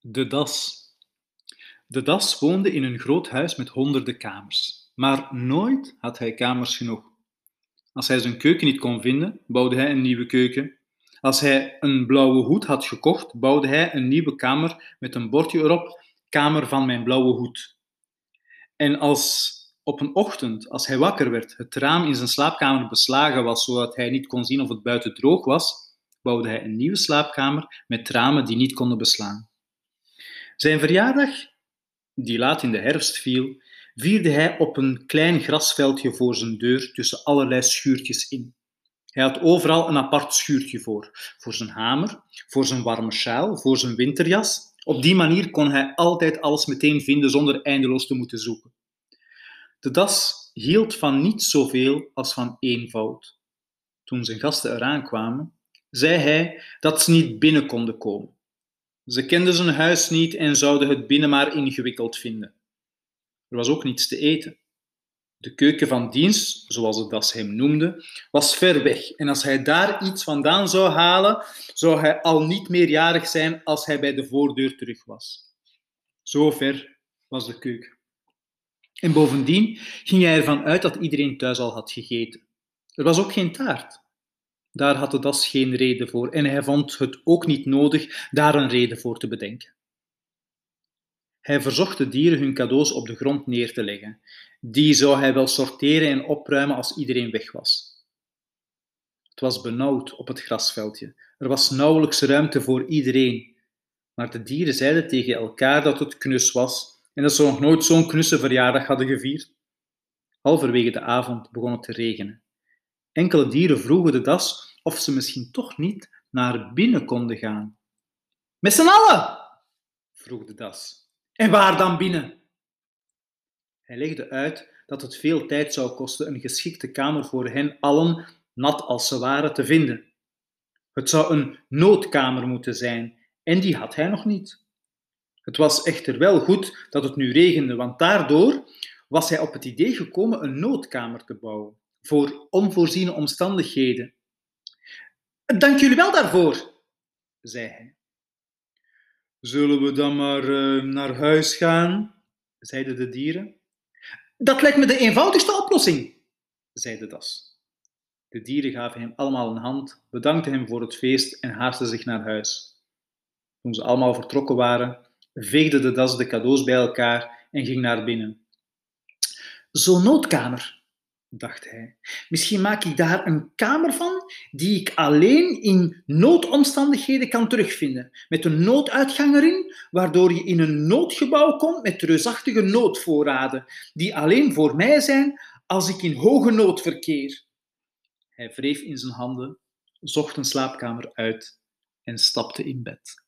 De Das. De Das woonde in een groot huis met honderden kamers. Maar nooit had hij kamers genoeg. Als hij zijn keuken niet kon vinden, bouwde hij een nieuwe keuken. Als hij een blauwe hoed had gekocht, bouwde hij een nieuwe kamer met een bordje erop: Kamer van mijn blauwe hoed. En als op een ochtend, als hij wakker werd, het raam in zijn slaapkamer beslagen was, zodat hij niet kon zien of het buiten droog was, bouwde hij een nieuwe slaapkamer met ramen die niet konden beslaan. Zijn verjaardag, die laat in de herfst viel, vierde hij op een klein grasveldje voor zijn deur tussen allerlei schuurtjes in. Hij had overal een apart schuurtje voor zijn hamer, voor zijn warme sjaal, voor zijn winterjas. Op die manier kon hij altijd alles meteen vinden zonder eindeloos te moeten zoeken. De Das hield van niets zoveel als van eenvoud. Toen zijn gasten eraan kwamen, zei hij dat ze niet binnen konden komen. Ze kenden zijn huis niet en zouden het binnen maar ingewikkeld vinden. Er was ook niets te eten. De keuken van dienst, zoals de Das hem noemde, was ver weg en als hij daar iets vandaan zou halen, zou hij al niet meer jarig zijn als hij bij de voordeur terug was. Zo ver was de keuken. En bovendien ging hij ervan uit dat iedereen thuis al had gegeten. Er was ook geen taart. Daar had de Das geen reden voor en hij vond het ook niet nodig daar een reden voor te bedenken. Hij verzocht de dieren hun cadeaus op de grond neer te leggen. Die zou hij wel sorteren en opruimen als iedereen weg was. Het was benauwd op het grasveldje. Er was nauwelijks ruimte voor iedereen. Maar de dieren zeiden tegen elkaar dat het knus was en dat ze nog nooit zo'n knusse verjaardag hadden gevierd. Halverwege de avond begon het te regenen. Enkele dieren vroegen de Das of ze misschien toch niet naar binnen konden gaan. Met z'n allen, vroeg de Das. En waar dan binnen? Hij legde uit dat het veel tijd zou kosten een geschikte kamer voor hen allen, nat als ze waren, te vinden. Het zou een noodkamer moeten zijn, en die had hij nog niet. Het was echter wel goed dat het nu regende, want daardoor was hij op het idee gekomen een noodkamer te bouwen, voor onvoorziene omstandigheden. Dank jullie wel daarvoor, zei hij. Zullen we dan maar naar huis gaan? Zeiden de dieren. Dat lijkt me de eenvoudigste oplossing, zei de Das. De dieren gaven hem allemaal een hand, bedankten hem voor het feest en haastten zich naar huis. Toen ze allemaal vertrokken waren, veegde de Das de cadeaus bij elkaar en ging naar binnen. Zo'n noodkamer, dacht hij. Misschien maak ik daar een kamer van die ik alleen in noodomstandigheden kan terugvinden, met een nooduitgang erin, waardoor je in een noodgebouw komt met reusachtige noodvoorraden, die alleen voor mij zijn als ik in hoge nood verkeer. Hij wreef in zijn handen, zocht een slaapkamer uit en stapte in bed.